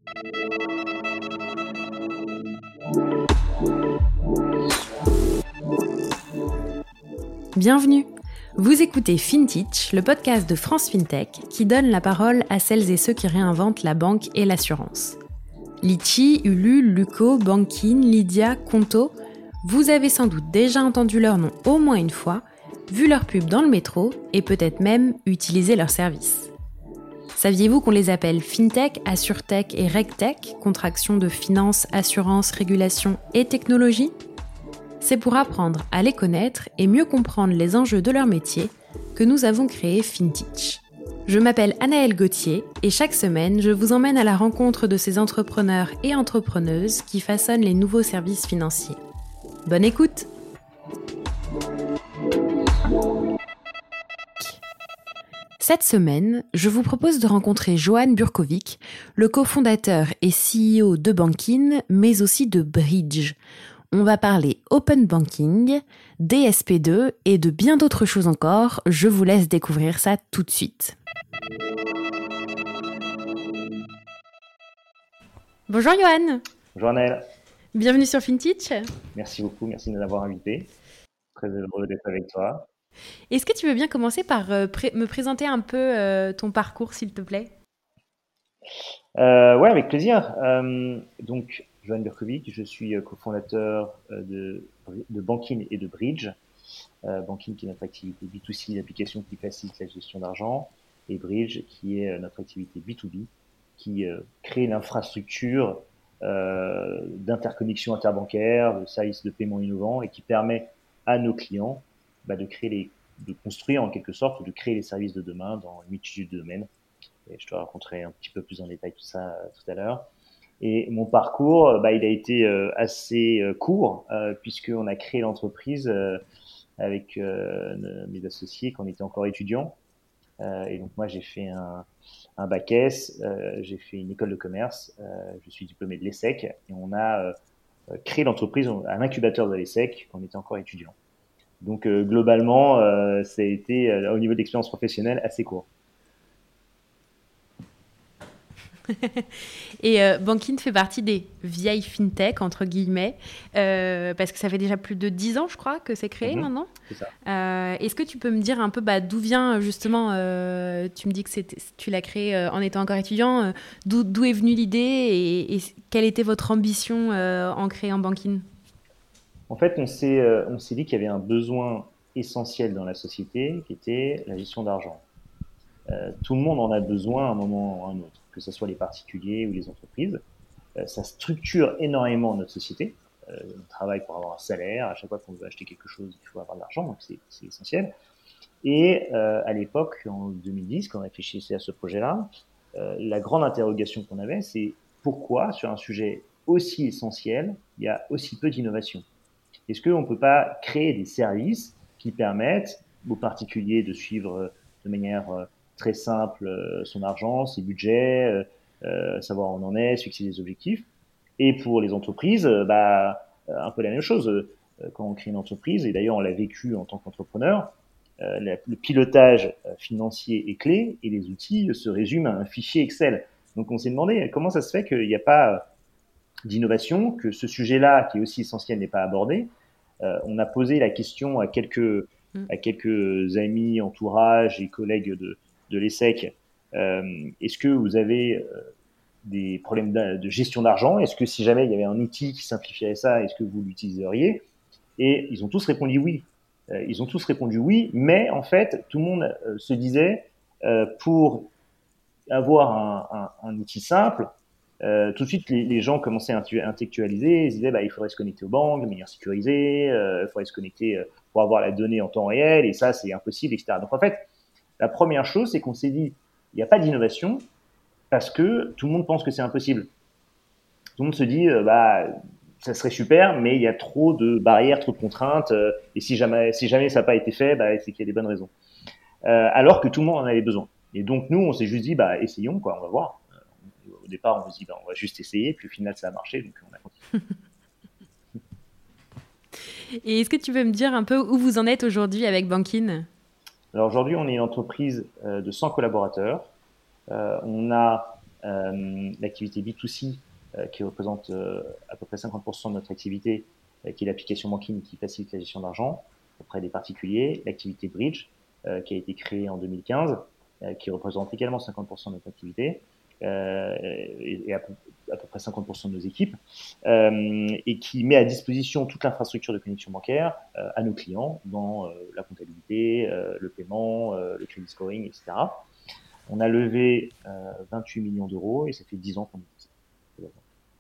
Bienvenue. Vous écoutez FinTech, le podcast de France FinTech qui donne la parole à celles et ceux qui réinventent la banque et l'assurance. Litchi, Ulule, Luco, Bankin, Lydia, Conto, vous avez sans doute déjà entendu leur nom au moins une fois, vu leur pub dans le métro et peut-être même utilisé leurs services. Saviez-vous qu'on les appelle FinTech, AssureTech et RegTech, contraction de finance, assurance, régulation et technologie ? C'est pour apprendre à les connaître et mieux comprendre les enjeux de leur métier que nous avons créé FinTech. Je m'appelle Anaëlle Gauthier et chaque semaine, je vous emmène à la rencontre de ces entrepreneurs et entrepreneuses qui façonnent les nouveaux services financiers. Bonne écoute! Cette semaine, je vous propose de rencontrer Johan Burkovic, le cofondateur et CEO de Bankin, mais aussi de Bridge. On va parler Open Banking, DSP2 et de bien d'autres choses encore. Je vous laisse découvrir ça tout de suite. Bonjour Johan. Bonjour Anaëlle. Bienvenue sur FinTech. Merci beaucoup, merci de nous avoir invités. Très heureux d'être avec toi. Est-ce que tu veux bien commencer par me présenter un peu ton parcours, s'il te plaît ? Ouais, avec plaisir. Donc, Johan Burkovic, je suis cofondateur de Bankin et de Bridge. Bankin qui est notre activité B2C, l'application qui facilite la gestion d'argent, et Bridge qui est notre activité B2B qui crée l'infrastructure d'interconnexion interbancaire, de services de paiement innovants et qui permet à nos clients de construire en quelque sorte ou de créer les services de demain dans une multitude de domaines. Et je te raconterai un petit peu plus en détail tout ça tout à l'heure. Et mon parcours, il a été assez court puisqu'on a créé l'entreprise avec mes associés quand on était encore étudiants. Et donc moi, j'ai fait un bac S, j'ai fait une école de commerce, je suis diplômé de l'ESSEC et on a créé l'entreprise à l'incubateur de l'ESSEC quand on était encore étudiant. Donc globalement, ça a été au niveau de l'expérience professionnelle assez court. Et Bankin fait partie des vieilles fintech, entre guillemets, parce que ça fait déjà plus de 10 ans, je crois, que c'est créé maintenant. C'est ça. Est-ce que tu peux me dire un peu d'où vient justement, tu me dis que tu l'as créé en étant encore étudiant, d'où est venue l'idée et quelle était votre ambition en créant Bankin ? En fait, on s'est dit qu'il y avait un besoin essentiel dans la société qui était la gestion d'argent. Tout le monde en a besoin à un moment ou à un autre, que ce soit les particuliers ou les entreprises. Ça structure énormément notre société. On travaille pour avoir un salaire. À chaque fois qu'on veut acheter quelque chose, il faut avoir de l'argent, donc c'est essentiel. Et à l'époque, en 2010, quand on réfléchissait à ce projet-là, la grande interrogation qu'on avait, c'est pourquoi, sur un sujet aussi essentiel, il y a aussi peu d'innovation ? Est-ce qu'on ne peut pas créer des services qui permettent aux particuliers de suivre de manière très simple son argent, ses budgets, savoir où on en est, fixer des objectifs. Et pour les entreprises, un peu la même chose. Quand on crée une entreprise, et d'ailleurs on l'a vécu en tant qu'entrepreneur, le pilotage financier est clé et les outils se résument à un fichier Excel. Donc on s'est demandé comment ça se fait qu'il n'y a pas d'innovation, que ce sujet-là, qui est aussi essentiel, n'est pas abordé. On a posé la question à quelques amis, entourage et collègues de l'ESSEC. Est-ce que vous avez des problèmes de gestion d'argent ? Est-ce que si jamais il y avait un outil qui simplifierait ça, est-ce que vous l'utiliseriez ? Et ils ont tous répondu oui. Mais en fait, tout le monde se disait pour avoir un outil simple, tout de suite, les gens commençaient à intellectualiser. Ils disaient, il faudrait se connecter aux banques de manière sécurisée, il faudrait se connecter pour avoir la donnée en temps réel, et ça, c'est impossible, etc. Donc, en fait, la première chose, c'est qu'on s'est dit, il n'y a pas d'innovation parce que tout le monde pense que c'est impossible. Tout le monde se dit, ça serait super, mais il y a trop de barrières, trop de contraintes, et si jamais ça n'a pas été fait, c'est qu'il y a des bonnes raisons. Alors que tout le monde en avait besoin. Et donc, nous, on s'est juste dit, essayons, on va voir. Au départ, on se dit, on va juste essayer, puis au final, ça a marché, donc on a continué. Et est-ce que tu peux me dire un peu où vous en êtes aujourd'hui avec Bankin ? Alors aujourd'hui, on est une entreprise de 100 collaborateurs. On a l'activité B2C qui représente à peu près 50% de notre activité, qui est l'application Banking qui facilite la gestion d'argent auprès des particuliers, l'activité Bridge qui a été créée en 2015, qui représente également 50% de notre activité et à peu près 50% de nos équipes, et qui met à disposition toute l'infrastructure de connexion bancaire à nos clients dans la comptabilité, le paiement, le credit scoring, etc. On a levé 28 millions d'euros et ça fait 10 ans qu'on est ça.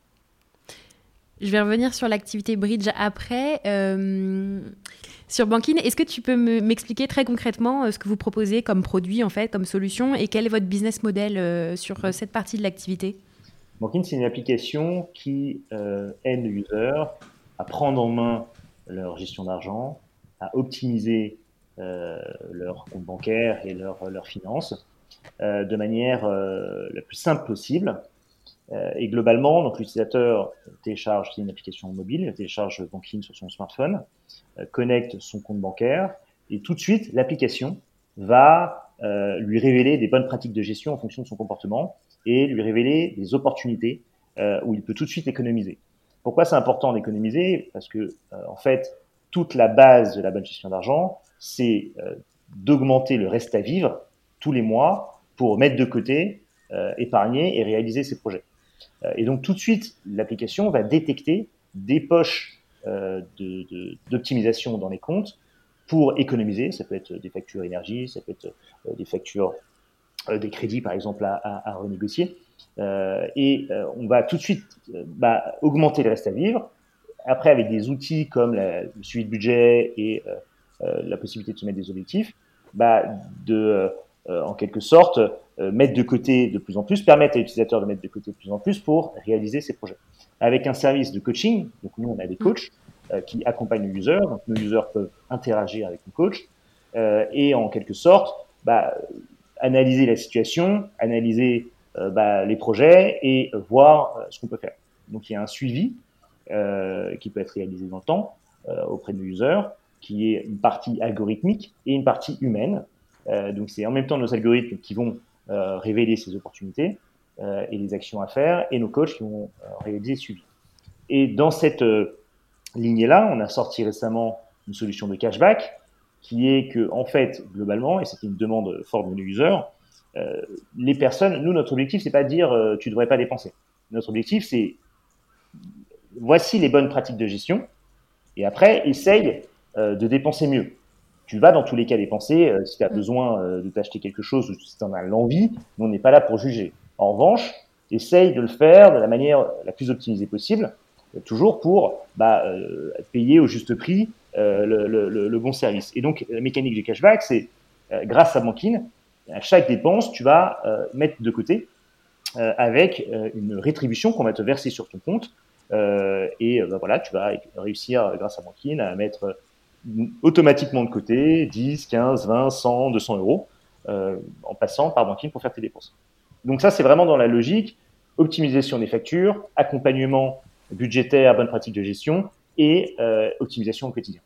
Je vais revenir sur l'activité Bridge après. Sur Bankin, est-ce que tu peux m'expliquer très concrètement ce que vous proposez comme produit, en fait, comme solution, et quel est votre business model sur cette partie de l'activité? Bankin, c'est une application qui aide les users à prendre en main leur gestion d'argent, à optimiser leur compte bancaire et leurs finances de manière la plus simple possible. Et globalement, donc l'utilisateur télécharge une application mobile, télécharge Banking sur son smartphone, connecte son compte bancaire et tout de suite, l'application va lui révéler des bonnes pratiques de gestion en fonction de son comportement et lui révéler des opportunités où il peut tout de suite économiser. Pourquoi c'est important d'économiser? Parce que en fait, toute la base de la bonne gestion d'argent, c'est d'augmenter le reste à vivre tous les mois pour mettre de côté, épargner et réaliser ses projets. Et donc tout de suite, l'application va détecter des poches d'optimisation dans les comptes pour économiser. Ça peut être des factures énergie, ça peut être des factures, des crédits par exemple à renégocier. On va tout de suite augmenter le reste à vivre. Après, avec des outils comme le suivi de budget et la possibilité de se mettre des objectifs, en quelque sorte, mettre de côté de plus en plus, permettre à l'utilisateur de mettre de côté de plus en plus pour réaliser ses projets. Avec un service de coaching, donc nous, on a des coachs qui accompagnent nos users, donc nos users peuvent interagir avec nos coachs et en quelque sorte, analyser la situation, analyser les projets et voir ce qu'on peut faire. Donc il y a un suivi qui peut être réalisé dans le temps auprès de nos users, qui est une partie algorithmique et une partie humaine. Donc c'est en même temps nos algorithmes qui vont révéler ces opportunités et les actions à faire, et nos coachs qui vont réaliser le suivi. Et dans cette lignée-là, on a sorti récemment une solution de cashback qui est que, en fait, globalement, et c'était une demande forte de nos users, les personnes, nous, notre objectif, c'est pas de dire tu devrais pas dépenser. Notre objectif, c'est voici les bonnes pratiques de gestion, et après, essaye de dépenser mieux. Tu vas dans tous les cas dépenser si tu as besoin de t'acheter quelque chose ou si tu en as l'envie. Nous, on n'est pas là pour juger. En revanche, essaye de le faire de la manière la plus optimisée possible, toujours pour payer au juste prix le bon service. Et donc, la mécanique du cashback, c'est grâce à Bankin, à chaque dépense, tu vas mettre de côté avec une rétribution qu'on va te verser sur ton compte. Voilà, tu vas réussir, grâce à Bankin, à mettre automatiquement de côté 10, 15, 20, 100, 200 euros en passant par Bankin pour faire tes dépenses. Donc ça, c'est vraiment dans la logique optimisation des factures, accompagnement budgétaire, bonne pratique de gestion et optimisation au quotidien.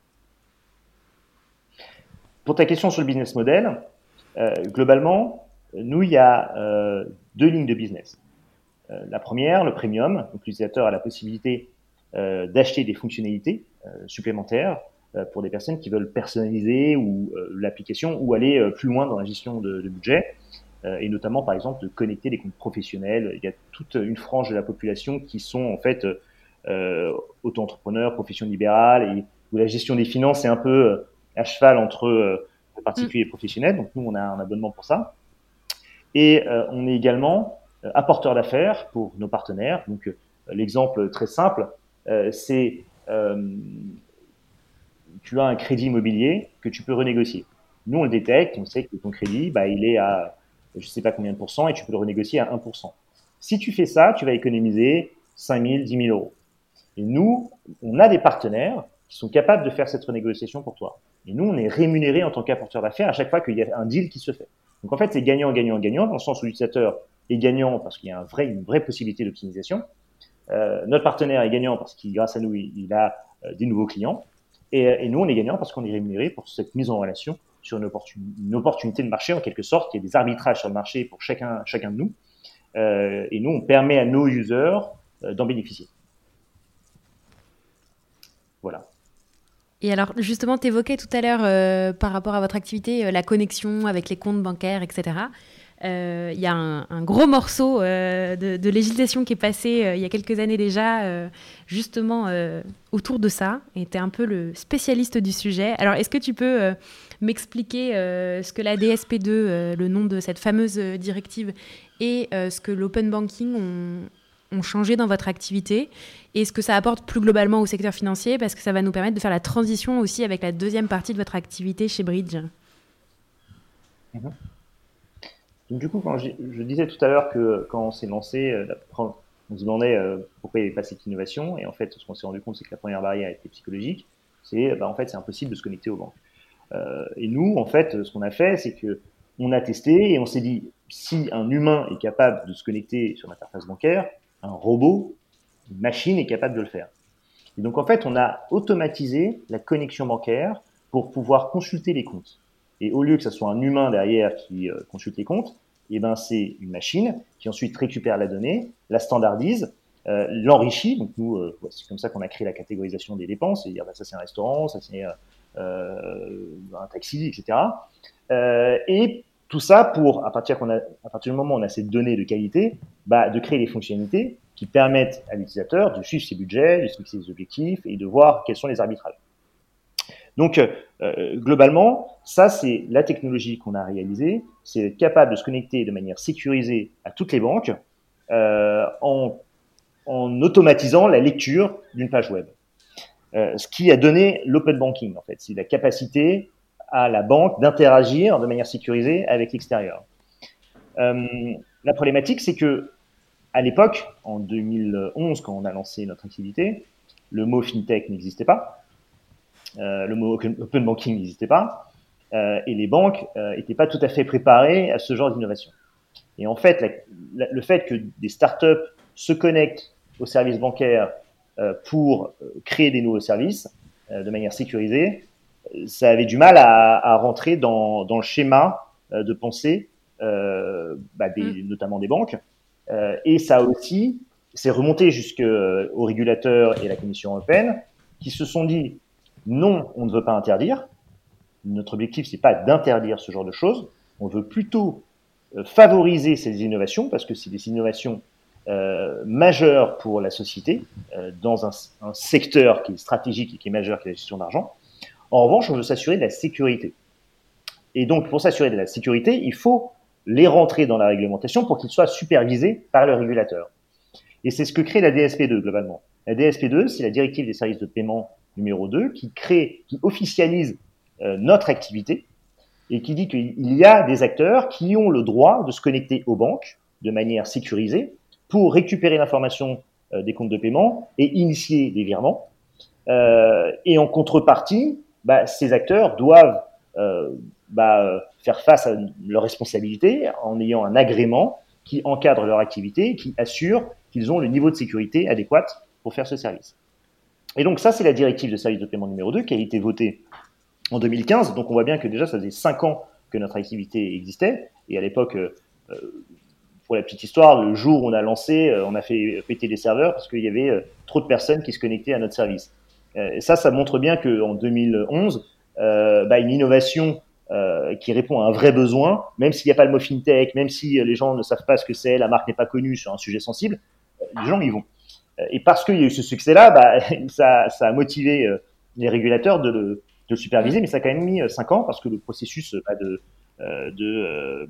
Pour ta question sur le business model, globalement, nous, il y a deux lignes de business. La première, le premium, donc l'utilisateur a la possibilité d'acheter des fonctionnalités supplémentaires pour des personnes qui veulent personnaliser l'application ou aller plus loin dans la gestion de budget, et notamment par exemple de connecter des comptes professionnels. Il y a toute une frange de la population qui sont en fait auto-entrepreneurs, profession libérale, et où la gestion des finances est un peu à cheval entre particuliers et professionnels. Donc nous, on a un abonnement pour ça. Et on est également apporteur d'affaires pour nos partenaires. Donc l'exemple très simple, c'est tu as un crédit immobilier que tu peux renégocier. Nous, on le détecte, on sait que ton crédit, il est à je ne sais pas combien de pourcents et tu peux le renégocier à 1%. Si tu fais ça, tu vas économiser 5 000, 10 000 euros. Et nous, on a des partenaires qui sont capables de faire cette renégociation pour toi. Et nous, on est rémunéré en tant qu'apporteur d'affaires à chaque fois qu'il y a un deal qui se fait. Donc en fait, c'est gagnant, gagnant, gagnant, dans le sens où l'utilisateur est gagnant parce qu'il y a une vraie possibilité d'optimisation. Notre partenaire est gagnant parce qu'il, grâce à nous, il a des nouveaux clients. Et nous, on est gagnant parce qu'on est rémunéré pour cette mise en relation sur une opportunité de marché, en quelque sorte. Il y a des arbitrages sur le marché pour chacun de nous. et nous, on permet à nos users d'en bénéficier. Voilà. Et alors, justement, tu évoquais tout à l'heure, par rapport à votre activité, la connexion avec les comptes bancaires, etc. Il y a un gros morceau de législation qui est passé il y a quelques années déjà, justement autour de ça. Et tu es un peu le spécialiste du sujet. Alors, est-ce que tu peux m'expliquer ce que la DSP2, le nom de cette fameuse directive, et ce que l'open banking ont changé dans votre activité et ce que ça apporte plus globalement au secteur financier, parce que ça va nous permettre de faire la transition aussi avec la deuxième partie de votre activité chez Bridge. Mm-hmm. Donc, du coup, quand je disais tout à l'heure que quand on s'est lancé, on se demandait pourquoi il n'y avait pas cette innovation. Et en fait, ce qu'on s'est rendu compte, c'est que la première barrière était psychologique. En fait, c'est impossible de se connecter aux banques. Et nous, en fait, ce qu'on a fait, c'est que on a testé et on s'est dit, si un humain est capable de se connecter sur l'interface bancaire, un robot, une machine est capable de le faire. Et donc, en fait, on a automatisé la connexion bancaire pour pouvoir consulter les comptes. Et au lieu que ce soit un humain derrière qui consulte les comptes, eh ben, c'est une machine qui ensuite récupère la donnée, la standardise, l'enrichit. Donc, nous, c'est comme ça qu'on a créé la catégorisation des dépenses. C'est-à-dire, ça, c'est un restaurant, ça, c'est un taxi, etc. Et tout ça pour, à partir du moment où on a cette donnée de qualité, de créer des fonctionnalités qui permettent à l'utilisateur de suivre ses budgets, de se fixer ses objectifs et de voir quels sont les arbitrages. Donc, globalement, ça, c'est la technologie qu'on a réalisée. C'est être capable de se connecter de manière sécurisée à toutes les banques en automatisant la lecture d'une page web. Ce qui a donné l'open banking, en fait. C'est la capacité à la banque d'interagir de manière sécurisée avec l'extérieur. La problématique, c'est que à l'époque, en 2011, quand on a lancé notre activité, le mot fintech n'existait pas, le mot open banking n'existait pas, et les banques n'étaient pas tout à fait préparées à ce genre d'innovation. Et en fait, le fait que des startups se connectent aux services bancaires pour créer des nouveaux services de manière sécurisée, ça avait du mal à rentrer dans le schéma de pensée, notamment des banques. Et ça aussi, c'est remonté jusqu'aux régulateurs et la Commission européenne qui se sont dit non, on ne veut pas interdire. Notre objectif, c'est pas d'interdire ce genre de choses. On veut plutôt favoriser ces innovations parce que c'est des innovations majeures pour la société dans un secteur qui est stratégique et qui est majeur, qui est la gestion d'argent. En revanche, on veut s'assurer de la sécurité. Et donc, pour s'assurer de la sécurité, il faut les rentrer dans la réglementation pour qu'ils soient supervisés par le régulateur. Et c'est ce que crée la DSP2 globalement. La DSP2, c'est la directive des services de paiement numéro 2 qui officialise notre activité et qui dit qu'il y a des acteurs qui ont le droit de se connecter aux banques de manière sécurisée pour récupérer l'information des comptes de paiement et initier des virements. Et en contrepartie, ces acteurs doivent faire face à leurs responsabilités en ayant un agrément qui encadre leur activité, qui assure qu'ils ont le niveau de sécurité adéquat pour faire ce service. Et donc ça, c'est la directive de service de paiement numéro 2 qui a été votée en 2015. Donc on voit bien que déjà, ça faisait 5 ans que notre activité existait. Et à l'époque, pour la petite histoire, le jour où on a lancé, on a fait péter les serveurs parce qu'il y avait trop de personnes qui se connectaient à notre service. Et ça montre bien qu'en 2011, une innovation qui répond à un vrai besoin, même s'il n'y a pas le mot fintech, même si les gens ne savent pas ce que c'est, la marque n'est pas connue sur un sujet sensible, les gens y vont. Et parce qu'il y a eu ce succès-là, ça a motivé les régulateurs de le superviser, mais ça a quand même mis 5 ans parce que le processus de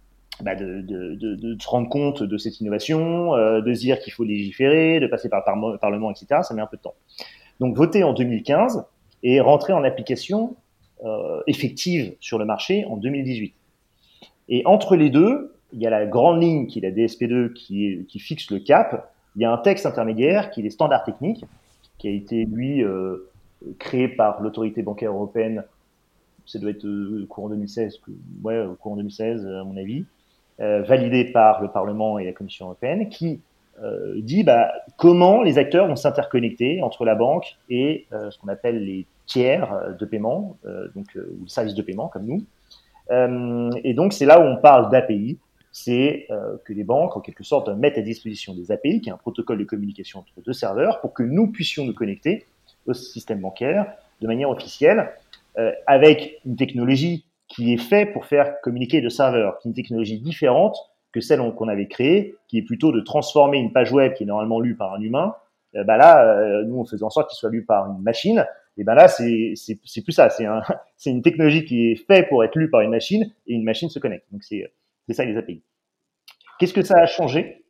se rendre compte de cette innovation, de se dire qu'il faut légiférer, de passer par le Parlement, etc., ça met un peu de temps. Donc voté en 2015 et rentré en application effective sur le marché en 2018. Et entre les deux, il y a la grande ligne qui est la DSP2 qui fixe le cap. Il y a un texte intermédiaire qui est les standards techniques, qui a été, lui, créé par l'autorité bancaire européenne. Ça doit être courant 2016, courant 2016 à mon avis, validé par le Parlement et la Commission européenne, qui dit comment les acteurs vont s'interconnecter entre la banque et ce qu'on appelle les tiers de paiement, ou services de paiement comme nous. Et donc c'est là où on parle d'API. c'est que les banques, en quelque sorte, mettent à disposition des API, qui est un protocole de communication entre deux serveurs, pour que nous puissions nous connecter au système bancaire de manière officielle, avec une technologie qui est faite pour faire communiquer deux serveurs, qui est une technologie différente que celle qu'on avait créée, qui est plutôt de transformer une page web qui est normalement lue par un humain. Nous, on faisait en sorte qu'il soit lu par une machine. Et ben là, c'est plus ça. C'est une technologie qui est faite pour être lue par une machine et une machine se connecte. Donc c'est ça les API. Qu'est-ce que ça a changé?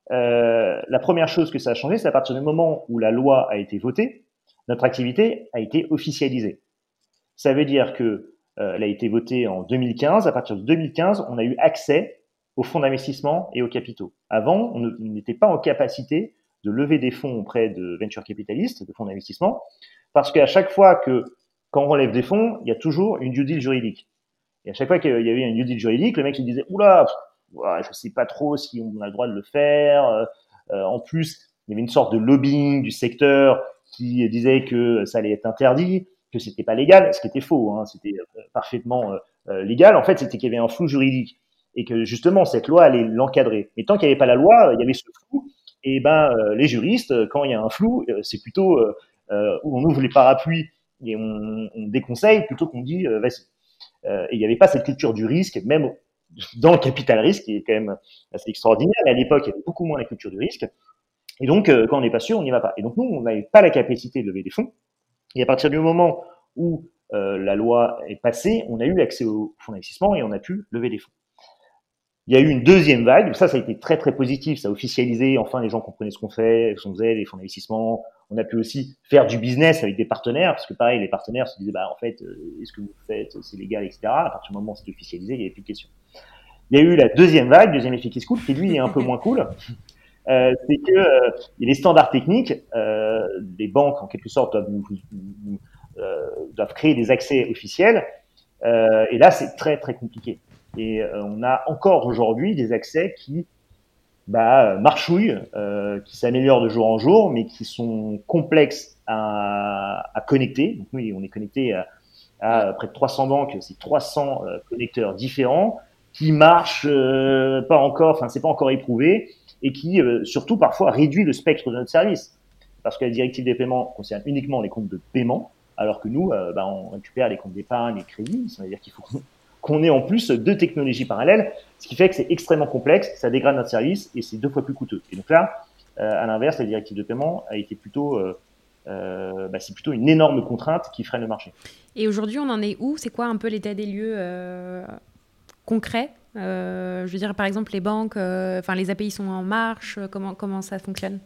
La première chose que ça a changé, c'est à partir du moment où la loi a été votée, notre activité a été officialisée. Ça veut dire que elle a été votée en 2015. À partir de 2015, on a eu accès aux fonds d'investissement et aux capitaux. Avant, on n'était pas en capacité de lever des fonds auprès de venture capitalistes, de fonds d'investissement, parce qu'à chaque fois quand on lève des fonds, il y a toujours une due deal juridique. Et à chaque fois qu'il y avait une due deal juridique, le mec il disait oula, je sais pas trop si on a le droit de le faire. En plus, il y avait une sorte de lobbying du secteur qui disait que ça allait être interdit, que c'était pas légal, ce qui était faux, hein, c'était parfaitement légal. En fait, c'était qu'il y avait un flou juridique et que justement cette loi allait l'encadrer. Mais tant qu'il n'y avait pas la loi, il y avait ce flou. Et les juristes, quand il y a un flou, c'est plutôt où on ouvre les parapluies et on déconseille plutôt qu'on dit vas-y. Et il n'y avait pas cette culture du risque, même dans le capital risque, qui est quand même assez extraordinaire. Mais à l'époque, il y avait beaucoup moins la culture du risque. Et donc, quand on n'est pas sûr, on n'y va pas. Et donc, nous, on n'avait pas la capacité de lever des fonds. Et à partir du moment où la loi est passée, on a eu accès aux fonds d'investissement et on a pu lever des fonds. Il y a eu une deuxième vague, ça a été très très positif, ça a officialisé, enfin les gens comprenaient ce qu'on faisait, les fonds d'investissement. On a pu aussi faire du business avec des partenaires, parce que pareil, les partenaires se disaient, en fait, est-ce que vous faites, c'est légal, etc. À partir du moment où c'était officialisé, il n'y avait plus de questions. Il y a eu la deuxième vague, deuxième effet qui se coule, qui lui est un peu moins cool. C'est que il y a les standards techniques, les banques en quelque sorte doivent créer des accès officiels, et là c'est très très compliqué. Et on a encore aujourd'hui des accès qui marchouillent, qui s'améliorent de jour en jour, mais qui sont complexes à connecter. Donc nous, on est connecté à près de 300 banques, c'est 300 connecteurs différents qui marchent pas encore, enfin c'est pas encore éprouvé, et qui surtout parfois réduit le spectre de notre service. Parce que la directive des paiements concerne uniquement les comptes de paiement, alors que nous, on récupère les comptes d'épargne, les crédits, c'est-à-dire qu'il faut qu'on ait en plus deux technologies parallèles, ce qui fait que c'est extrêmement complexe, ça dégrade notre service et c'est 2 fois plus coûteux. Et donc là, à l'inverse, la directive de paiement a été plutôt, c'est plutôt une énorme contrainte qui freine le marché. Et aujourd'hui, on en est où? C'est quoi un peu l'état des lieux concret? Je veux dire, par exemple, les banques, les API sont en marche, comment ça fonctionne?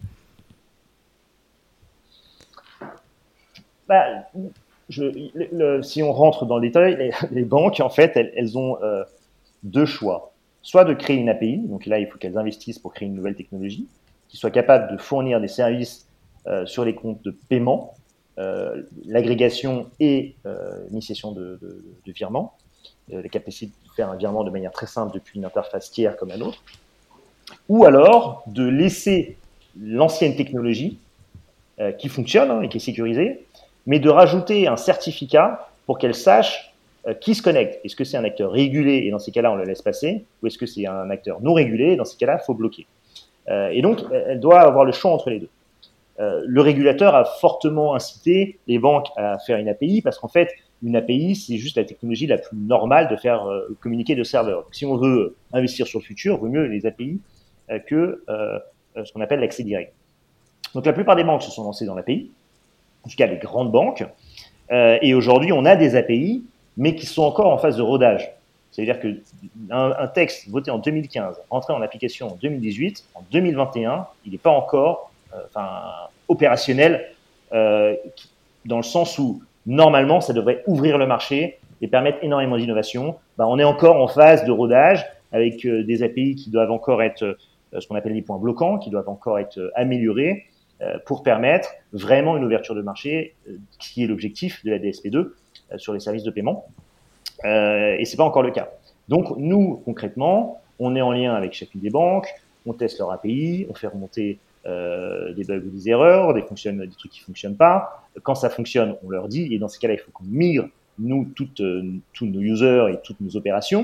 Si on rentre dans le détail, les banques, en fait, elles ont 2 choix. Soit de créer une API, donc là, il faut qu'elles investissent pour créer une nouvelle technologie, qui soit capable de fournir des services sur les comptes de paiement, l'agrégation et l'initiation de virements, la capacité de faire un virement de manière très simple depuis une interface tiers comme la nôtre, ou alors de laisser l'ancienne technologie qui fonctionne et qui est sécurisée, mais de rajouter un certificat pour qu'elle sache qui se connecte. Est-ce que c'est un acteur régulé et dans ces cas-là, on le laisse passer, ou est-ce que c'est un acteur non régulé et dans ces cas-là, il faut bloquer. Et donc, elle doit avoir le choix entre les deux. Le régulateur a fortement incité les banques à faire une API parce qu'en fait, une API, c'est juste la technologie la plus normale de faire communiquer de serveurs. Donc, si on veut investir sur le futur, il vaut mieux les API que ce qu'on appelle l'accès direct. Donc, la plupart des banques se sont lancées dans l'API, en tout cas les grandes banques, et aujourd'hui, on a des API, mais qui sont encore en phase de rodage. C'est-à-dire qu'un texte voté en 2015, entré en application en 2018, en 2021, il n'est pas encore opérationnel, dans le sens où, normalement, ça devrait ouvrir le marché et permettre énormément d'innovation. On est encore en phase de rodage avec des API qui doivent encore être ce qu'on appelle les points bloquants, qui doivent encore être améliorés pour permettre vraiment une ouverture de marché, qui est l'objectif de la DSP2 sur les services de paiement. Et c'est pas encore le cas. Donc, nous, concrètement, on est en lien avec chacune des banques, on teste leur API, on fait remonter des bugs ou des erreurs, des trucs qui fonctionnent pas. Quand ça fonctionne, on leur dit, et dans ces cas-là, il faut qu'on migre, nous, tous nos users et toutes nos opérations.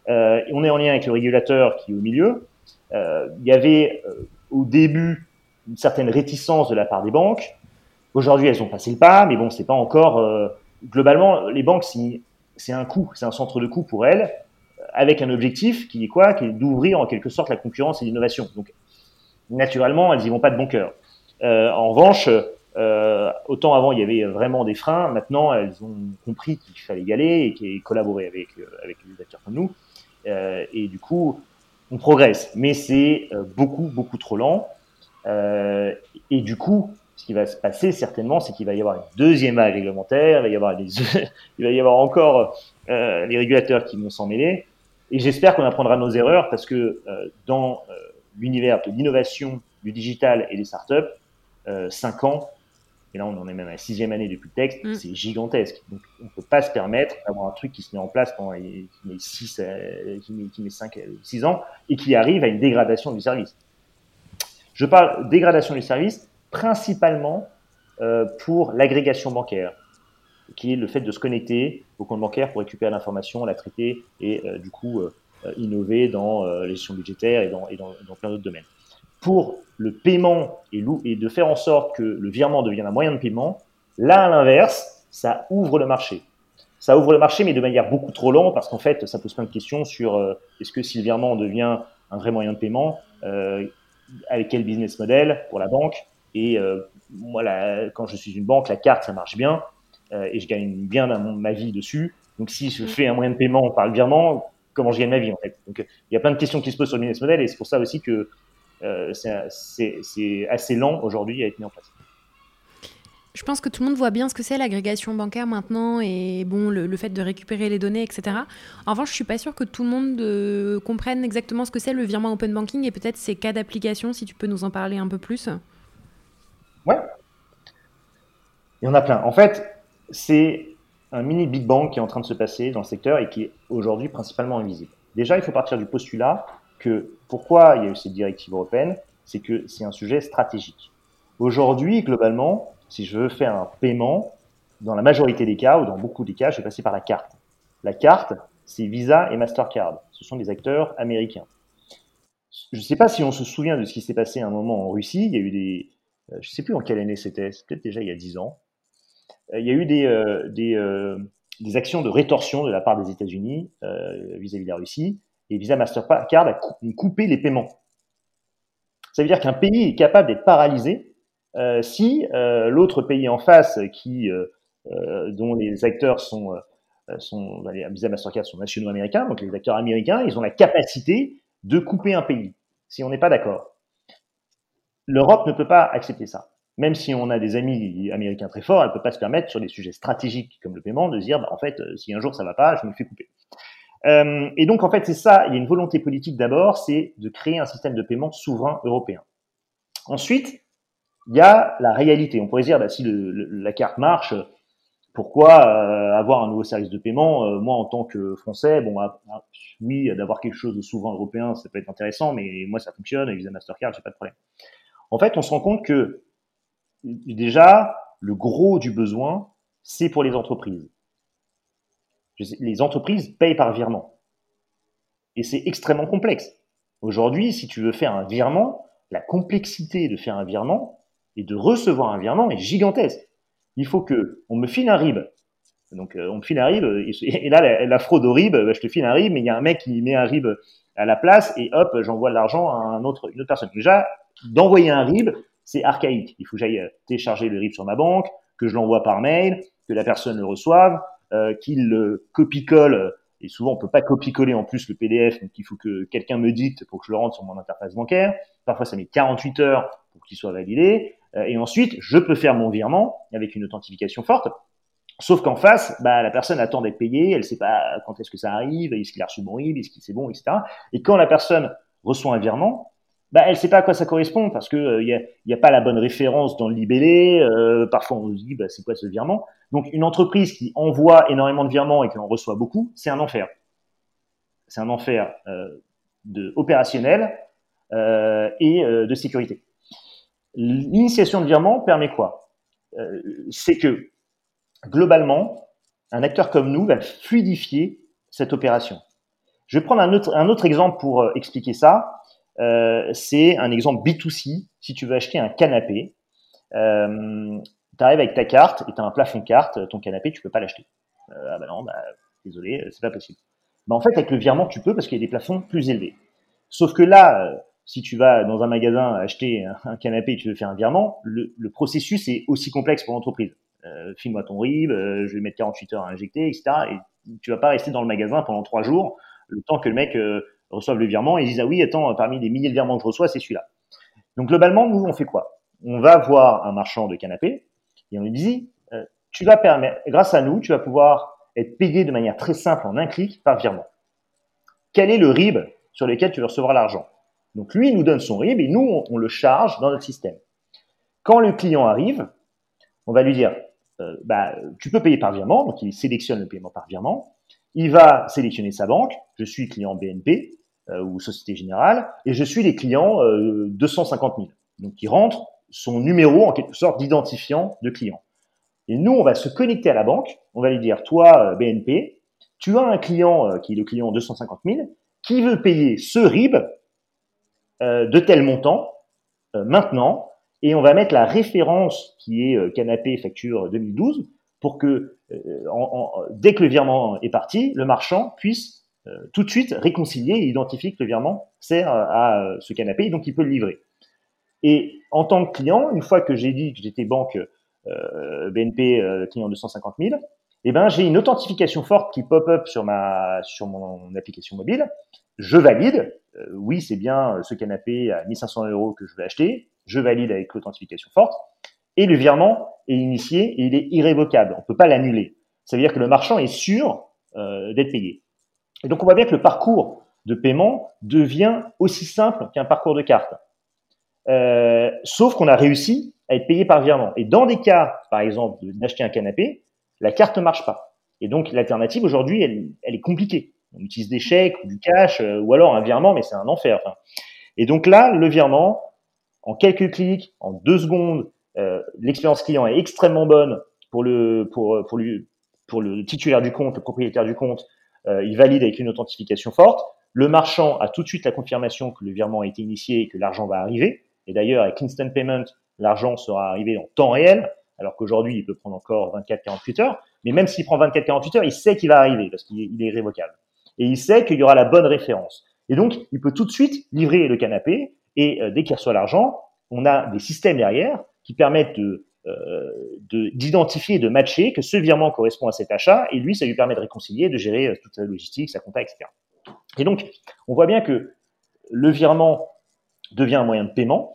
On est en lien avec le régulateur qui est au milieu. Il y avait au début une certaine réticence de la part des banques. Aujourd'hui, elles ont passé le pas, mais bon, c'est pas encore. Globalement, les banques, c'est un coût, c'est un centre de coût pour elles, avec un objectif qui est quoi? Qui est d'ouvrir en quelque sorte la concurrence et l'innovation. Donc, naturellement, elles y vont pas de bon cœur. En revanche, autant avant il y avait vraiment des freins, maintenant elles ont compris qu'il fallait y aller et collaborer avec les acteurs comme nous. Et du coup, on progresse, mais c'est beaucoup trop lent. Et du coup, ce qui va se passer certainement, c'est qu'il va y avoir une deuxième vague réglementaire, il va y avoir encore les régulateurs qui vont s'en mêler. Et j'espère qu'on apprendra nos erreurs parce que dans l'univers de l'innovation, du digital et des startups, 5 ans, et là on en est même à la 6e année depuis le texte, c'est gigantesque. Donc on ne peut pas se permettre d'avoir un truc qui se met en place pendant qui met 5, 6 ans et qui arrive à une dégradation du service. Je parle dégradation du service principalement pour l'agrégation bancaire, qui est le fait de se connecter au compte bancaire pour récupérer l'information, la traiter et du coup innover dans la gestion budgétaire et dans plein d'autres domaines. Pour le paiement et de faire en sorte que le virement devienne un moyen de paiement, là, à l'inverse, ça ouvre le marché. Ça ouvre le marché, mais de manière beaucoup trop lente, parce qu'en fait, ça pose plein de questions sur est-ce que si le virement devient un vrai moyen de paiement, avec quel business model pour la banque. Et moi, quand je suis une banque, la carte, ça marche bien et je gagne bien ma vie dessus. Donc, si je fais un moyen de paiement par le virement, comment je gagne ma vie en fait? Donc, il y a plein de questions qui se posent sur le business model et c'est pour ça aussi que c'est assez lent aujourd'hui à être mis en place. Je pense que tout le monde voit bien ce que c'est l'agrégation bancaire maintenant et bon, le fait de récupérer les données, etc. En revanche, je suis pas sûre que tout le monde comprenne exactement ce que c'est le virement open banking et peut-être ses cas d'application, si tu peux nous en parler un peu plus. Ouais, il y en a plein. En fait, c'est un mini Big Bang qui est en train de se passer dans le secteur et qui est aujourd'hui principalement invisible. Déjà, il faut partir du postulat que pourquoi il y a eu cette directive européenne, c'est que c'est un sujet stratégique. Aujourd'hui, globalement, si je veux faire un paiement, dans la majorité des cas, ou dans beaucoup des cas, je vais passer par la carte. La carte, c'est Visa et Mastercard. Ce sont des acteurs américains. Je ne sais pas si on se souvient de ce qui s'est passé à un moment en Russie. Il y a eu je ne sais plus en quelle année c'était peut-être déjà il y a 10 ans. Il y a eu des actions de rétorsion de la part des États-Unis vis-à-vis de la Russie. Et Visa Mastercard a coupé les paiements. Ça veut dire qu'un pays est capable d'être paralysé si l'autre pays en face, dont les acteurs Visa Mastercard sont nationaux américains, donc les acteurs américains, ils ont la capacité de couper un pays, si on n'est pas d'accord. L'Europe ne peut pas accepter ça. Même si on a des amis américains très forts, elle ne peut pas se permettre, sur des sujets stratégiques comme le paiement, de se dire, en fait, si un jour ça ne va pas, je me le fais couper. Et donc, en fait, c'est ça, il y a une volonté politique d'abord, c'est de créer un système de paiement souverain européen. Ensuite, il y a la réalité. On pourrait se dire, si la carte marche, pourquoi avoir un nouveau service de paiement? Moi, en tant que Français, oui, d'avoir quelque chose de souverain européen, ça peut être intéressant, mais moi, ça fonctionne, avec Visa Mastercard, j'ai pas de problème. En fait, on se rend compte que déjà, le gros du besoin, c'est pour les entreprises. Les entreprises payent par virement. Et c'est extrêmement complexe. Aujourd'hui, si tu veux faire un virement, la complexité de faire un virement et de recevoir un virement est gigantesque. Il faut que on me file un RIB. Donc, on me file un RIB, et là, la fraude au RIB, je te file un RIB, mais il y a un mec qui met un RIB à la place, et hop, j'envoie de l'argent à une autre personne. Déjà, d'envoyer un RIB, c'est archaïque. Il faut que j'aille télécharger le RIB sur ma banque, que je l'envoie par mail, que la personne le reçoive, qu'il le copie-colle. Et souvent, on peut pas copier-coller en plus le PDF, donc il faut que quelqu'un me dicte pour que je le rentre sur mon interface bancaire. Parfois, ça met 48 heures pour qu'il soit validé. Et ensuite, je peux faire mon virement avec une authentification forte. Sauf qu'en face, la personne attend d'être payée, elle sait pas quand est-ce que ça arrive, est-ce qu'il a reçu mon RIB, est-ce que c'est bon, etc. Et quand la personne reçoit un virement, elle sait pas à quoi ça correspond parce que y a pas la bonne référence dans le libellé. Parfois, on se dit, c'est quoi ce virement? Donc, une entreprise qui envoie énormément de virements et qui en reçoit beaucoup, c'est un enfer. C'est un enfer opérationnel et de sécurité. L'initiation de virement permet quoi? C'est que globalement, un acteur comme nous va fluidifier cette opération. Je vais prendre un autre exemple pour expliquer ça. C'est un exemple B2C. Si tu veux acheter un canapé, tu arrives avec ta carte et tu as un plafond carte, ton canapé, tu peux pas l'acheter. Ah bah non, désolé, c'est pas possible. En fait, avec le virement, tu peux parce qu'il y a des plafonds plus élevés. Sauf que là, si tu vas dans un magasin acheter un canapé et tu veux faire un virement, le processus est aussi complexe pour l'entreprise. File-moi ton RIB, je vais mettre 48 heures à injecter, etc. Et tu vas pas rester dans le magasin pendant 3 jours, le temps que le mec reçoive le virement et dise ah oui, attends, parmi les milliers de virements que je reçois, c'est celui-là. Donc globalement, nous, on fait quoi? On va voir un marchand de canapé et on lui dit tu vas permettre, grâce à nous, tu vas pouvoir être payé de manière très simple en un clic par virement. Quel est le RIB sur lequel tu veux recevoir l'argent? Donc lui, il nous donne son RIB et nous, on le charge dans notre système. Quand le client arrive, on va lui dire tu peux payer par virement, donc il sélectionne le paiement par virement. Il va sélectionner sa banque. Je suis client BNP ou Société Générale et je suis les clients 250 000. Donc il rentre son numéro en quelque sorte d'identifiant de client. Et nous, on va se connecter à la banque. On va lui dire toi BNP, tu as un client qui est le client 250 000 qui veut payer ce RIB de tel montant maintenant. Et on va mettre la référence qui est canapé facture 2012 pour que dès que le virement est parti, le marchand puisse tout de suite réconcilier et identifier que le virement sert à ce canapé et donc il peut le livrer. Et en tant que client, une fois que j'ai dit que j'étais banque BNP client 250 000, eh ben, j'ai une authentification forte qui pop-up sur mon application mobile. Je valide. Oui, c'est bien ce canapé à 1 500 € que je vais acheter. Je valide avec l'authentification forte. Et le virement est initié et il est irrévocable. On ne peut pas l'annuler. Ça veut dire que le marchand est sûr d'être payé. Et donc, on voit bien que le parcours de paiement devient aussi simple qu'un parcours de carte. Sauf qu'on a réussi à être payé par virement. Et dans des cas, par exemple, d'acheter un canapé, la carte ne marche pas. Et donc, l'alternative, aujourd'hui, elle est compliquée. On utilise des chèques ou du cash ou alors un virement, mais c'est un enfer. Enfin. Et donc là, le virement, en quelques clics, en 2 secondes, l'expérience client est extrêmement bonne pour le titulaire du compte, le propriétaire du compte. Il valide avec une authentification forte. Le marchand a tout de suite la confirmation que le virement a été initié et que l'argent va arriver. Et d'ailleurs, avec Instant Payment, l'argent sera arrivé en temps réel, alors qu'aujourd'hui, il peut prendre encore 24-48 heures. Mais même s'il prend 24-48 heures, il sait qu'il va arriver parce qu'il est irrévocable. Et il sait qu'il y aura la bonne référence. Et donc, il peut tout de suite livrer le canapé. Et dès qu'il reçoit l'argent, on a des systèmes derrière qui permettent d'identifier et de matcher que ce virement correspond à cet achat. Et lui, ça lui permet de réconcilier, de gérer toute sa logistique, sa compta, etc. Et donc, on voit bien que le virement devient un moyen de paiement.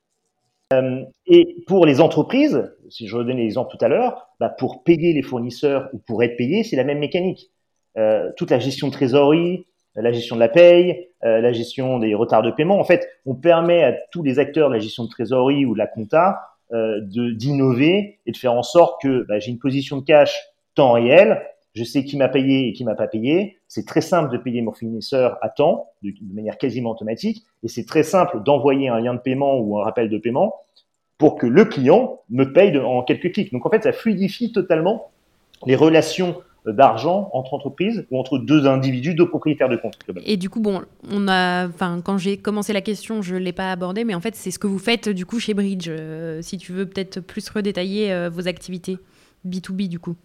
Et pour les entreprises, si je redonnais l'exemple tout à l'heure, pour payer les fournisseurs ou pour être payé, c'est la même mécanique. Toute la gestion de trésorerie, la gestion de la paye, la gestion des retards de paiement. En fait, on permet à tous les acteurs de la gestion de trésorerie ou de la compta d'innover et de faire en sorte que j'ai une position de cash temps réel. Je sais qui m'a payé et qui m'a pas payé. C'est très simple de payer mon fournisseur à temps, de manière quasiment automatique. Et c'est très simple d'envoyer un lien de paiement ou un rappel de paiement pour que le client me paye en quelques clics. Donc en fait, ça fluidifie totalement les relations d'argent entre entreprises ou entre 2 individus, 2 propriétaires de compte. Et du coup, quand j'ai commencé la question, je ne l'ai pas abordé, mais en fait, c'est ce que vous faites du coup chez Bridge. Si tu veux peut-être plus redétailler vos activités B2B du coup.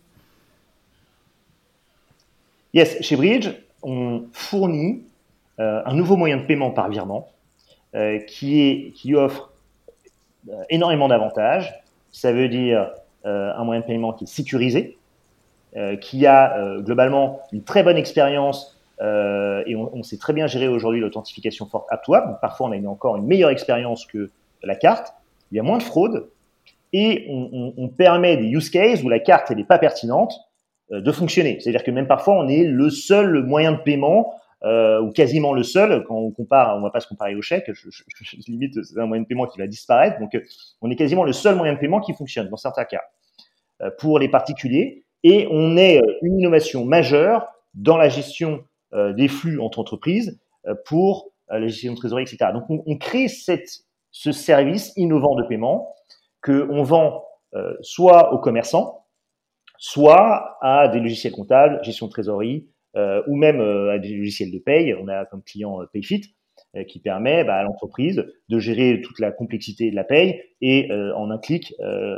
Yes, chez Bridge, on fournit un nouveau moyen de paiement par virement qui offre énormément d'avantages. Ça veut dire un moyen de paiement qui est sécurisé, qui a globalement une très bonne expérience et on sait très bien gérer aujourd'hui l'authentification forte app-to-app. Donc, parfois, on a encore une meilleure expérience que la carte. Il y a moins de fraude et on permet des use cases où la carte n'est pas pertinente de fonctionner. C'est-à-dire que même parfois, on est le seul moyen de paiement ou quasiment le seul. Quand on compare, on va pas se comparer au chèque. Limite, c'est un moyen de paiement qui va disparaître. Donc, on est quasiment le seul moyen de paiement qui fonctionne dans certains cas pour les particuliers. Et on est une innovation majeure dans la gestion des flux entre entreprises pour la gestion de trésorerie, etc. Donc, on crée ce service innovant de paiement qu'on vend soit aux commerçants, soit à des logiciels comptables, gestion de trésorerie, ou même à des logiciels de paye. On a comme client Payfit, qui permet à l'entreprise de gérer toute la complexité de la paye et en un clic,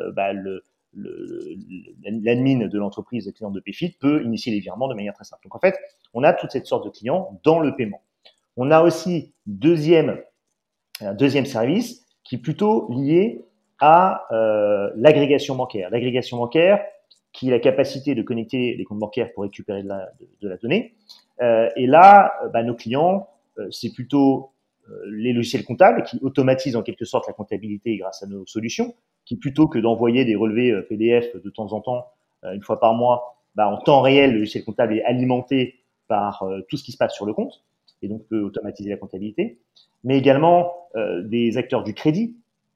l'admin de l'entreprise, le client de Payfit, peut initier les virements de manière très simple. Donc en fait, on a toute cette sorte de clients dans le paiement. On a aussi un deuxième service qui est plutôt lié à l'agrégation bancaire. L'agrégation bancaire, qui a la capacité de connecter les comptes bancaires pour récupérer de la donnée. Et là, nos clients, c'est plutôt les logiciels comptables qui automatisent en quelque sorte la comptabilité grâce à nos solutions, qui plutôt que d'envoyer des relevés PDF de temps en temps, une fois par mois, en temps réel, le logiciel comptable est alimenté par tout ce qui se passe sur le compte et donc peut automatiser la comptabilité. Mais également des acteurs du crédit.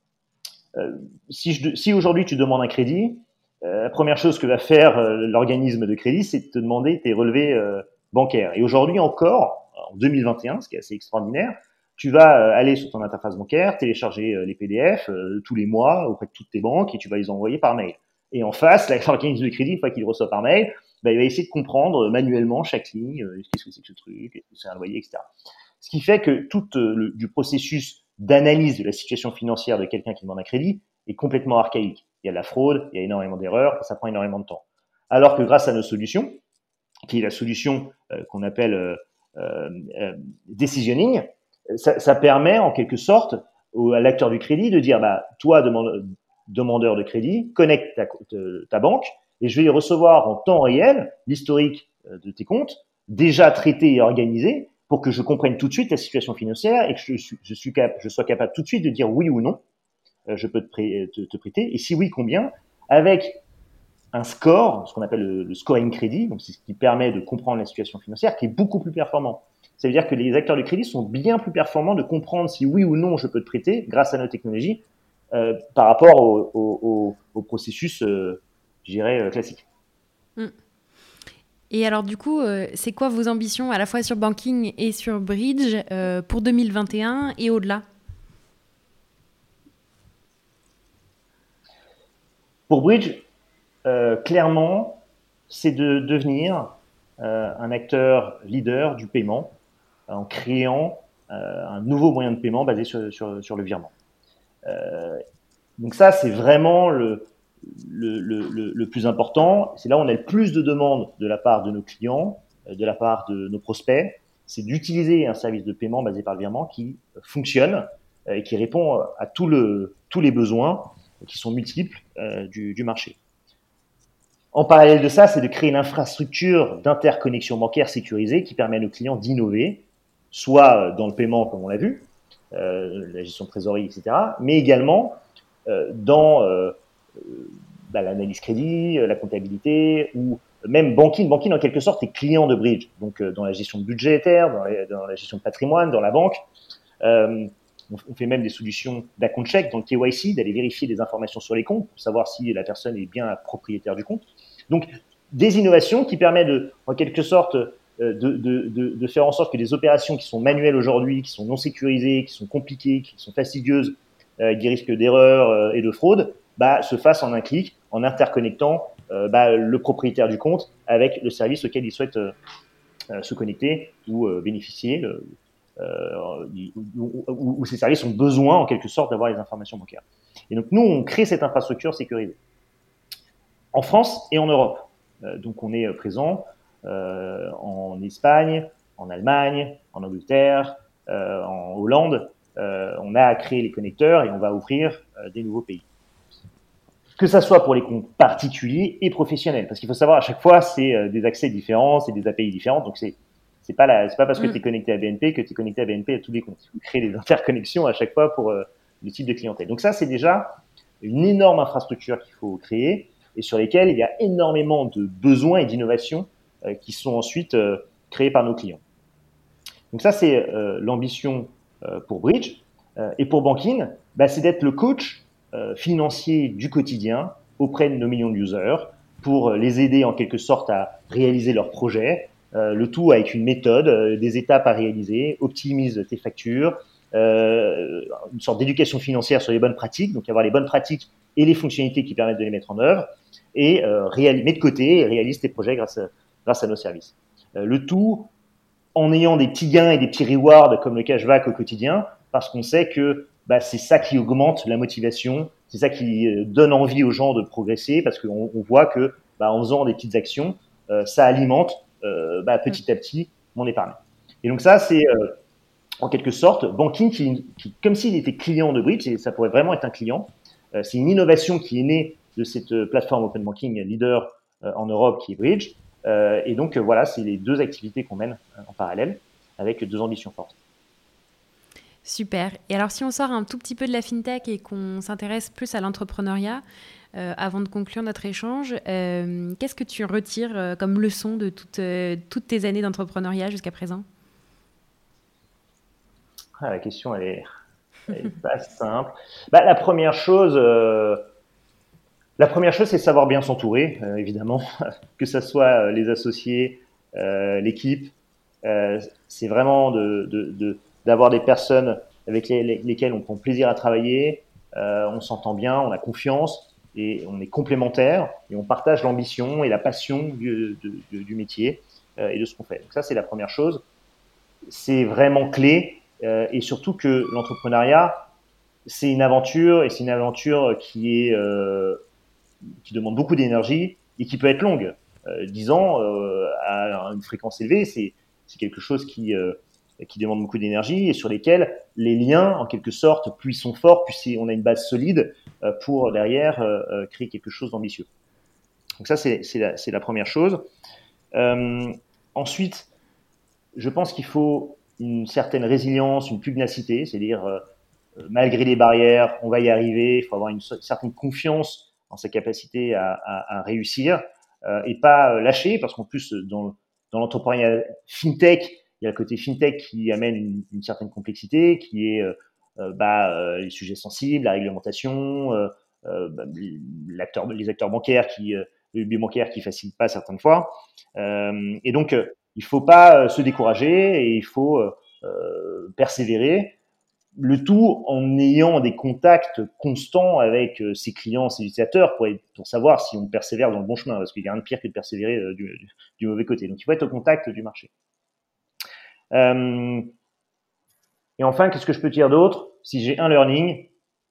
Si aujourd'hui tu demandes un crédit, la première chose que va faire l'organisme de crédit, c'est de te demander tes relevés bancaires. Et aujourd'hui encore, en 2021, ce qui est assez extraordinaire, tu vas aller sur ton interface bancaire, télécharger les PDF tous les mois auprès de toutes tes banques et tu vas les envoyer par mail. Et en face, l'organisme de crédit, une fois qu'il le reçoit par mail, il va essayer de comprendre manuellement chaque ligne, qu'est-ce que c'est que ce truc, est-ce que c'est un loyer, etc. Ce qui fait que tout du processus d'analyse de la situation financière de quelqu'un qui demande un crédit est complètement archaïque. Il y a de la fraude, il y a énormément d'erreurs, et ça prend énormément de temps. Alors que grâce à nos solutions, qui est la solution qu'on appelle decisioning, ça permet en quelque sorte à l'acteur du crédit de dire toi, demandeur de crédit, connecte ta banque et je vais recevoir en temps réel l'historique de tes comptes déjà traités et organisés pour que je comprenne tout de suite ta situation financière et que je sois capable tout de suite de dire oui ou non, je peux te prêter, et si oui, combien, avec un score, ce qu'on appelle le scoring crédit, donc c'est ce qui permet de comprendre la situation financière, qui est beaucoup plus performant. Ça veut dire que les acteurs du crédit sont bien plus performants de comprendre si oui ou non je peux te prêter grâce à nos technologies par rapport au processus, je dirais, classique. Et alors du coup, c'est quoi vos ambitions à la fois sur Banking et sur Bridge pour 2021 et au-delà ? Pour Bridge, clairement, c'est de devenir un acteur leader du paiement en créant un nouveau moyen de paiement basé sur le virement. Donc ça, c'est vraiment le plus important. C'est là où on a le plus de demandes de la part de nos clients, de la part de nos prospects. C'est d'utiliser un service de paiement basé par le virement qui fonctionne et qui répond à tous les besoins qui sont multiples du marché. En parallèle de ça, c'est de créer une infrastructure d'interconnexion bancaire sécurisée qui permet à nos clients d'innover, soit dans le paiement, comme on l'a vu, la gestion de trésorerie, etc., mais également dans l'analyse crédit, la comptabilité, ou même banking. Banking, en quelque sorte, est client de Bridge, donc dans la gestion budgétaire, dans la gestion de patrimoine, dans la banque. On fait même des solutions d'account check dans le KYC, d'aller vérifier des informations sur les comptes pour savoir si la personne est bien propriétaire du compte. Donc, des innovations qui permettent en quelque sorte de faire en sorte que des opérations qui sont manuelles aujourd'hui, qui sont non sécurisées, qui sont compliquées, qui sont fastidieuses, avec des risques d'erreur et de fraude, se fassent en un clic, en interconnectant le propriétaire du compte avec le service auquel il souhaite se connecter ou bénéficier, où ces services ont besoin en quelque sorte d'avoir les informations bancaires. Et donc nous, on crée cette infrastructure sécurisée en France et en Europe. Donc on est présent en Espagne, en Allemagne, en Angleterre, en Hollande. On a créé les connecteurs et on va ouvrir des nouveaux pays. Que ça soit pour les comptes particuliers et professionnels, parce qu'il faut savoir à chaque fois c'est des accès différents, c'est des API différents, donc c'est pas parce que tu es connecté à BNP que tu es connecté à BNP à tous les comptes. Il faut créer des interconnexions à chaque fois pour le type de clientèle. Donc ça, c'est déjà une énorme infrastructure qu'il faut créer et sur lesquelles il y a énormément de besoins et d'innovations qui sont ensuite créés par nos clients. Donc ça, c'est l'ambition pour Bridge. Et pour Banking, c'est d'être le coach financier du quotidien auprès de nos millions de users pour les aider en quelque sorte à réaliser leurs projets, le tout avec une méthode, des étapes à réaliser, optimise tes factures, une sorte d'éducation financière sur les bonnes pratiques, donc avoir les bonnes pratiques et les fonctionnalités qui permettent de les mettre en œuvre, et mets de côté et réalise tes projets grâce à nos services. Le tout en ayant des petits gains et des petits rewards comme le cashback au quotidien, parce qu'on sait que c'est ça qui augmente la motivation, c'est ça qui donne envie aux gens de progresser, parce qu'on voit que en faisant des petites actions, ça alimente petit à petit mon épargne. Et donc ça, c'est en quelque sorte Banking qui comme s'il était client de Bridge, et ça pourrait vraiment être un client. C'est une innovation qui est née de cette plateforme Open Banking leader en Europe qui est Bridge. Et donc voilà, c'est les deux activités qu'on mène en parallèle avec deux ambitions fortes. Super. Et alors si on sort un tout petit peu de la fintech et qu'on s'intéresse plus à l'entrepreneuriat, avant de conclure notre échange, qu'est-ce que tu retires comme leçon de toutes tes années d'entrepreneuriat jusqu'à présent ? La question, elle est pas simple. La première chose, c'est savoir bien s'entourer, évidemment, que ce soit les associés, l'équipe. C'est vraiment d'avoir des personnes avec lesquelles on prend plaisir à travailler, on s'entend bien, on a confiance et on est complémentaires et on partage l'ambition et la passion du métier et de ce qu'on fait. Donc ça, c'est la première chose. C'est vraiment clé et surtout que l'entrepreneuriat, c'est une aventure et c'est une aventure qui demande beaucoup d'énergie et qui peut être longue. 10 ans à une fréquence élevée, c'est quelque chose qui demande beaucoup d'énergie et sur lesquels les liens, en quelque sorte, plus ils sont forts, plus on a une base solide pour derrière créer quelque chose d'ambitieux. Donc ça, c'est la première chose. Ensuite, je pense qu'il faut une certaine résilience, une pugnacité, c'est-à-dire malgré les barrières, on va y arriver. Il faut avoir une certaine confiance en sa capacité à réussir et pas lâcher, parce qu'en plus, dans l'entrepreneuriat fintech, il y a le côté fintech qui amène une certaine complexité, qui est les sujets sensibles, la réglementation, les acteurs bancaires le bancaire qui facilite pas certaines fois. Et donc, il faut pas se décourager et il faut persévérer le tout en ayant des contacts constants avec ses clients, ses utilisateurs, pour savoir si on persévère dans le bon chemin, parce qu'il y a rien de pire que de persévérer du mauvais côté. Donc il faut être au contact du marché. Et enfin, qu'est-ce que je peux dire d'autre? Si j'ai un learning,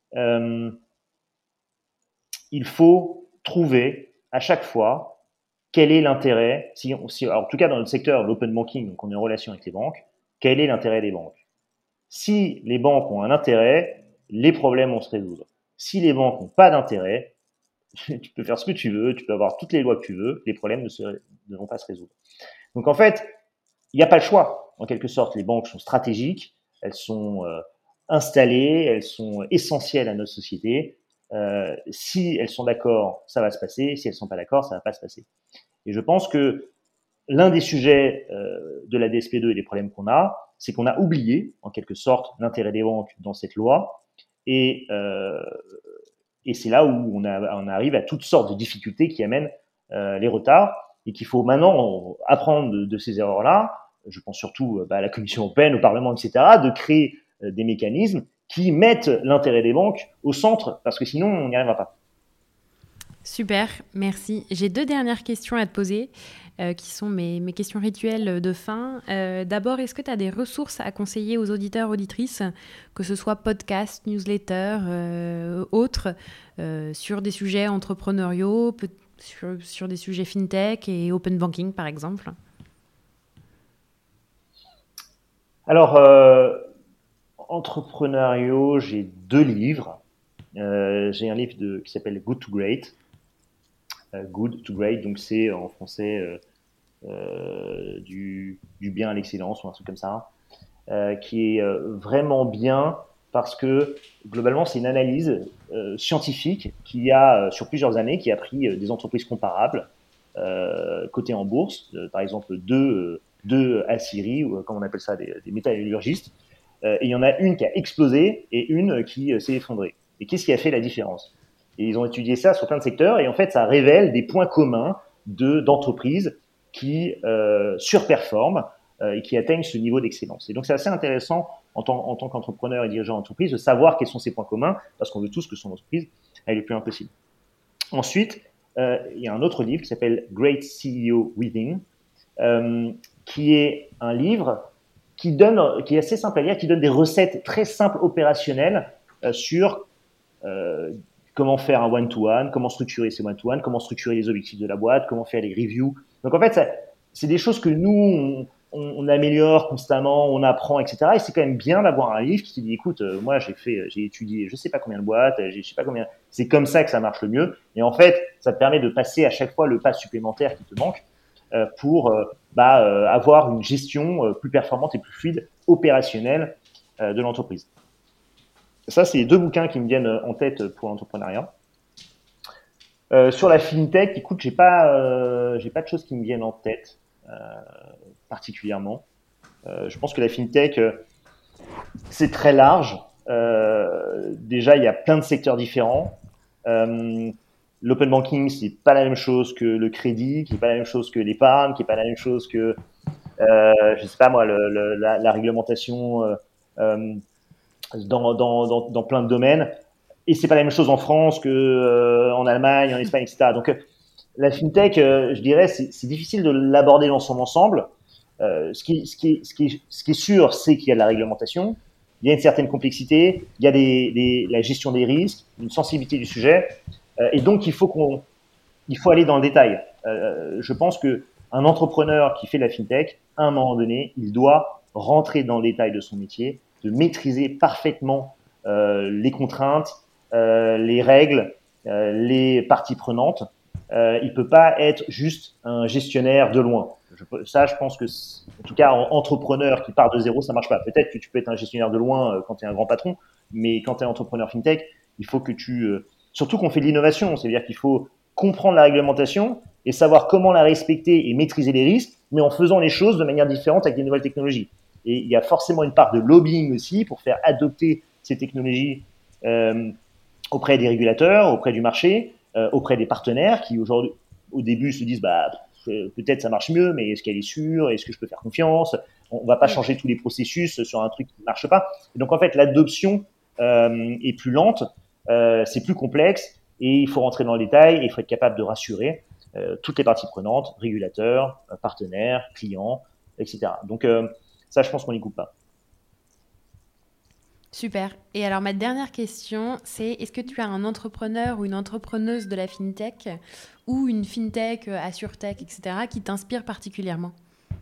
il faut trouver à chaque fois quel est l'intérêt, alors, en tout cas dans le secteur de l'open banking, donc on est en relation avec les banques, quel est l'intérêt des banques? Si les banques ont un intérêt, les problèmes vont se résoudre. Si les banques n'ont pas d'intérêt, tu peux faire ce que tu veux, tu peux avoir toutes les lois que tu veux, les problèmes ne vont pas se résoudre. Donc en fait, il n'y a pas le choix. En quelque sorte, les banques sont stratégiques, elles sont installées, elles sont essentielles à notre société. Si elles sont d'accord, ça va se passer. Si elles ne sont pas d'accord, ça ne va pas se passer. Et je pense que l'un des sujets de la DSP2 et des problèmes qu'on a, c'est qu'on a oublié, en quelque sorte, l'intérêt des banques dans cette loi. Et c'est là où on arrive à toutes sortes de difficultés qui amènent les retards et qu'il faut maintenant apprendre de ces erreurs-là. Je pense surtout à la Commission européenne, au Parlement, etc., de créer des mécanismes qui mettent l'intérêt des banques au centre, parce que sinon, on n'y arrivera pas. Super, merci. J'ai 2 dernières questions à te poser, qui sont mes questions rituelles de fin. D'abord, est-ce que tu as des ressources à conseiller aux auditeurs, auditrices, que ce soit podcast, newsletter, autres, sur des sujets entrepreneuriaux, sur des sujets fintech et open banking, par exemple? Alors, entrepreneuriaux, j'ai 2 livres. J'ai un livre qui s'appelle Good to Great. Good to Great, donc c'est en français du bien à l'excellence ou un truc comme ça, qui est vraiment bien parce que globalement c'est une analyse scientifique qui a sur plusieurs années qui a pris des entreprises comparables cotées en bourse, par exemple deux aciéries ou comme on appelle ça des métallurgistes, et il y en a une qui a explosé et une qui s'est effondrée. Et qu'est-ce qui a fait la différence? Et ils ont étudié ça sur plein de secteurs et en fait ça révèle des points communs d'entreprises qui surperforment et qui atteignent ce niveau d'excellence. Et donc c'est assez intéressant en tant qu'entrepreneur et dirigeant d'entreprise de savoir quels sont ces points communs parce qu'on veut tous que son entreprise aille le plus loin possible. Ensuite, il y a un autre livre qui s'appelle Great CEO Within, qui est un livre qui est assez simple à lire, qui donne des recettes très simples opérationnelles sur comment faire un one-to-one, comment structurer ces one-to-one, comment structurer les objectifs de la boîte, comment faire les reviews. Donc en fait, c'est des choses que nous, on améliore constamment, on apprend, etc. Et c'est quand même bien d'avoir un livre qui te dit, écoute, moi j'ai étudié je sais pas combien de boîtes, je sais pas combien. C'est comme ça que ça marche le mieux. Et en fait, ça te permet de passer à chaque fois le pas supplémentaire qui te manque pour avoir une gestion plus performante et plus fluide, opérationnelle de l'entreprise. Ça, c'est les 2 bouquins qui me viennent en tête pour l'entrepreneuriat. Sur la fintech, écoute, j'ai pas de choses qui me viennent en tête particulièrement. Je pense que la fintech, c'est très large. Déjà, il y a plein de secteurs différents. L'open banking, c'est pas la même chose que le crédit, qui est pas la même chose que l'épargne, qui est pas la même chose que, je sais pas moi, la réglementation dans plein de domaines. Et c'est pas la même chose en France que en Allemagne, en Espagne, etc. Donc la fintech, je dirais, c'est difficile de l'aborder dans son ensemble. Ce qui est sûr, c'est qu'il y a de la réglementation, il y a une certaine complexité, il y a la gestion des risques, une sensibilité du sujet, et donc il faut aller dans le détail. Je pense que un entrepreneur qui fait de la fintech, à un moment donné, il doit rentrer dans le détail de son métier, de maîtriser parfaitement les contraintes, les règles, les parties prenantes. Il peut pas être juste un gestionnaire de loin. Je pense que, en tout cas, entrepreneur qui part de zéro, ça marche pas. Peut-être que tu peux être un gestionnaire de loin quand tu es un grand patron, mais quand tu es entrepreneur fintech, il faut que surtout qu'on fait de l'innovation, c'est-à-dire qu'il faut comprendre la réglementation et savoir comment la respecter et maîtriser les risques, mais en faisant les choses de manière différente avec des nouvelles technologies. Et il y a forcément une part de lobbying aussi pour faire adopter ces technologies auprès des régulateurs, auprès du marché, auprès des partenaires qui aujourd'hui, au début, se disent peut-être ça marche mieux, mais est-ce qu'elle est sûre? Est-ce que je peux faire confiance? On va pas changer tous les processus sur un truc qui marche pas. Et donc en fait, l'adoption est plus lente, c'est plus complexe, et il faut rentrer dans le détail et il faut être capable de rassurer toutes les parties prenantes, régulateurs, partenaires, clients, etc. Donc ça, je pense qu'on n'y coupe pas. Super. Et alors, ma dernière question, c'est est-ce que tu as un entrepreneur ou une entrepreneuse de la fintech ou une fintech, assurtech, etc., qui t'inspire particulièrement?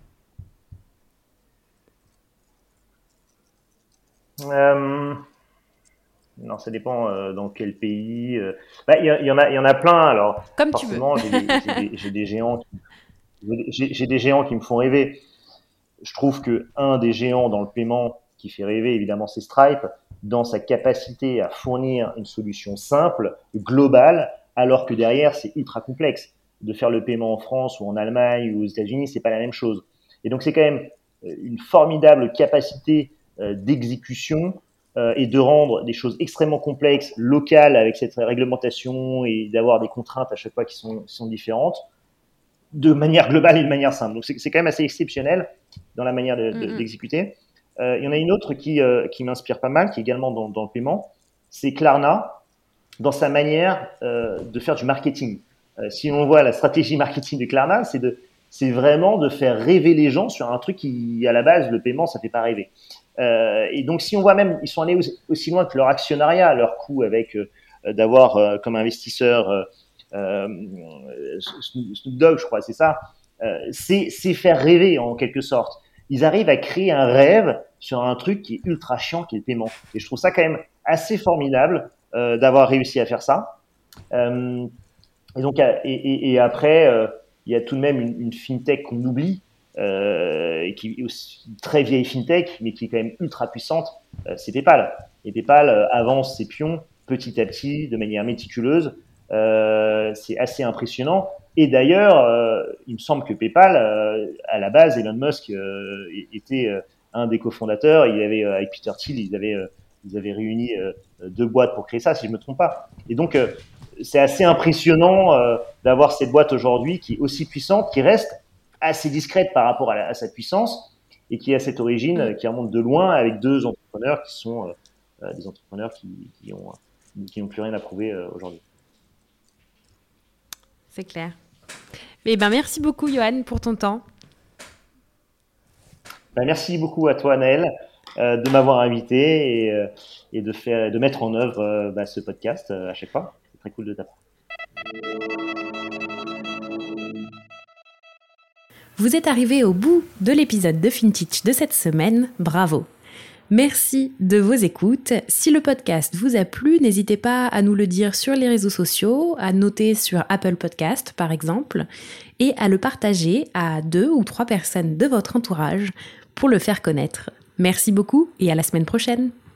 Non, ça dépend dans quel pays. Il y en a plein. Alors, Comme tu veux. forcément, j'ai des géants, j'ai des géants qui me font rêver. Je trouve que un des géants dans le paiement qui fait rêver, évidemment, c'est Stripe, dans sa capacité à fournir une solution simple, globale, alors que derrière, c'est ultra complexe. De faire le paiement en France ou en Allemagne ou aux États-Unis, c'est pas la même chose. Et donc, c'est quand même une formidable capacité d'exécution et de rendre des choses extrêmement complexes, locales, avec cette réglementation et d'avoir des contraintes à chaque fois qui sont différentes, de manière globale et de manière simple. Donc, c'est quand même assez exceptionnel dans la manière d'exécuter. Il y en a une autre qui m'inspire pas mal, qui est également dans le paiement, c'est Klarna, dans sa manière de faire du marketing. Si on voit la stratégie marketing de Klarna, c'est vraiment de faire rêver les gens sur un truc qui, à la base, le paiement, ça fait pas rêver. Et donc, si on voit même, ils sont allés aussi loin que leur actionnariat, leur coût avec d'avoir comme investisseur Snoop Dogg, je crois, c'est ça. C'est faire rêver en quelque sorte. Ils arrivent à créer un rêve sur un truc qui est ultra chiant, qui est le paiement. Et je trouve ça quand même assez formidable d'avoir réussi à faire ça. Et donc, après, il y a tout de même une fintech qu'on oublie, qui est aussi une très vieille fintech, mais qui est quand même ultra puissante, c'est PayPal. Et PayPal avance ses pions petit à petit, de manière méticuleuse. C'est assez impressionnant. Et d'ailleurs, il me semble que PayPal, à la base, Elon Musk était un des cofondateurs. Il avait avec Peter Thiel, ils avaient réuni 2 boîtes pour créer ça, si je me trompe pas. Et donc, c'est assez impressionnant d'avoir cette boîte aujourd'hui qui est aussi puissante, qui reste assez discrète par rapport à sa puissance et qui a cette origine qui remonte de loin avec 2 entrepreneurs qui sont des entrepreneurs qui n'ont plus rien à prouver aujourd'hui. C'est clair. Eh ben, merci beaucoup, Johan, pour ton temps. Merci beaucoup à toi, Naël, de m'avoir invité et de mettre en œuvre ce podcast à chaque fois. C'est très cool de ta part. Vous êtes arrivé au bout de l'épisode de FinTech de cette semaine, bravo! Merci de vos écoutes. Si le podcast vous a plu, n'hésitez pas à nous le dire sur les réseaux sociaux, à noter sur Apple Podcast par exemple, et à le partager à 2 ou 3 personnes de votre entourage pour le faire connaître. Merci beaucoup et à la semaine prochaine.